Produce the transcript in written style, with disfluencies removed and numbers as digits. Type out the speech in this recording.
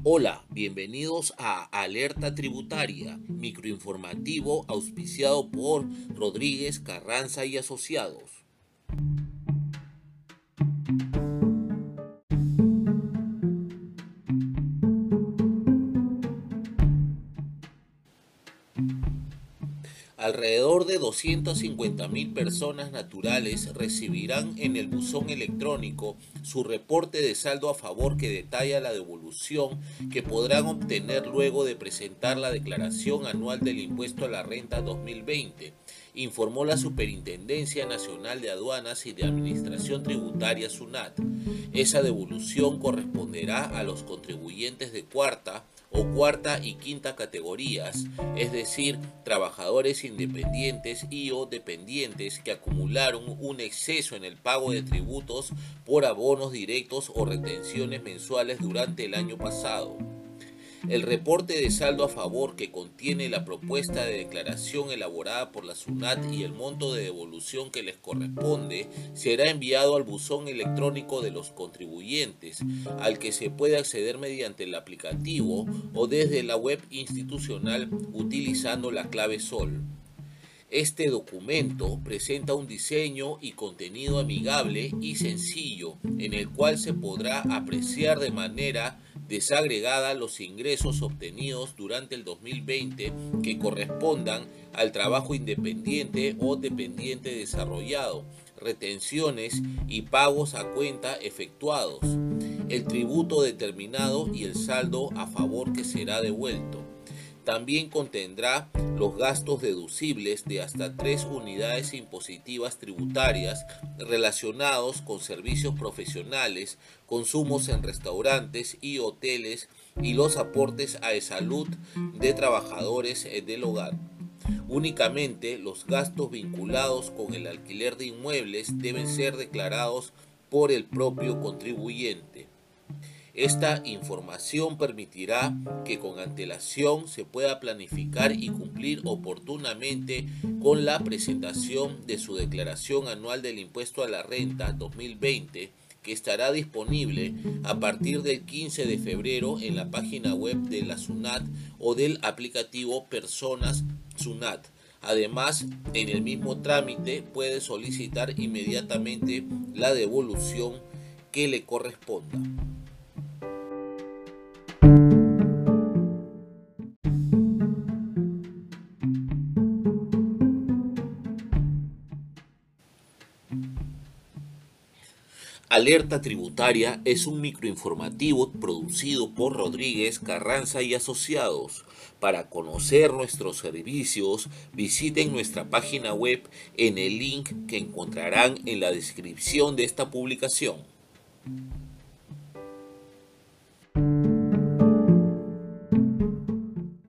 Hola, bienvenidos a Alerta Tributaria, microinformativo auspiciado por Rodríguez Carranza y Asociados. Alrededor de 250.000 personas naturales recibirán en el buzón electrónico su reporte de saldo a favor que detalla la devolución que podrán obtener luego de presentar la declaración anual del impuesto a la renta 2020, informó la Superintendencia Nacional de Aduanas y de Administración Tributaria SUNAT. Esa devolución corresponderá a los contribuyentes de cuarta y quinta categorías, es decir, trabajadores independientes y o dependientes que acumularon un exceso en el pago de tributos por abonos directos o retenciones mensuales durante el año pasado. El reporte de saldo a favor que contiene la propuesta de declaración elaborada por la SUNAT y el monto de devolución que les corresponde será enviado al buzón electrónico de los contribuyentes, al que se puede acceder mediante el aplicativo o desde la web institucional utilizando la clave SOL. Este documento presenta un diseño y contenido amigable y sencillo, en el cual se podrá apreciar de manera desagregada los ingresos obtenidos durante el 2020 que correspondan al trabajo independiente o dependiente desarrollado, retenciones y pagos a cuenta efectuados, el tributo determinado y el saldo a favor que será devuelto. También contendrá los gastos deducibles de hasta 3 unidades impositivas tributarias relacionados con servicios profesionales, consumos en restaurantes y hoteles y los aportes a salud de trabajadores del hogar. Únicamente los gastos vinculados con el alquiler de inmuebles deben ser declarados por el propio contribuyente. Esta información permitirá que con antelación se pueda planificar y cumplir oportunamente con la presentación de su declaración anual del impuesto a la renta 2020, que estará disponible a partir del 15 de febrero en la página web de la SUNAT o del aplicativo Personas SUNAT. Además, en el mismo trámite puede solicitar inmediatamente la devolución que le corresponda. Alerta Tributaria es un microinformativo producido por Rodríguez Carranza y Asociados. Para conocer nuestros servicios, visiten nuestra página web en el link que encontrarán en la descripción de esta publicación.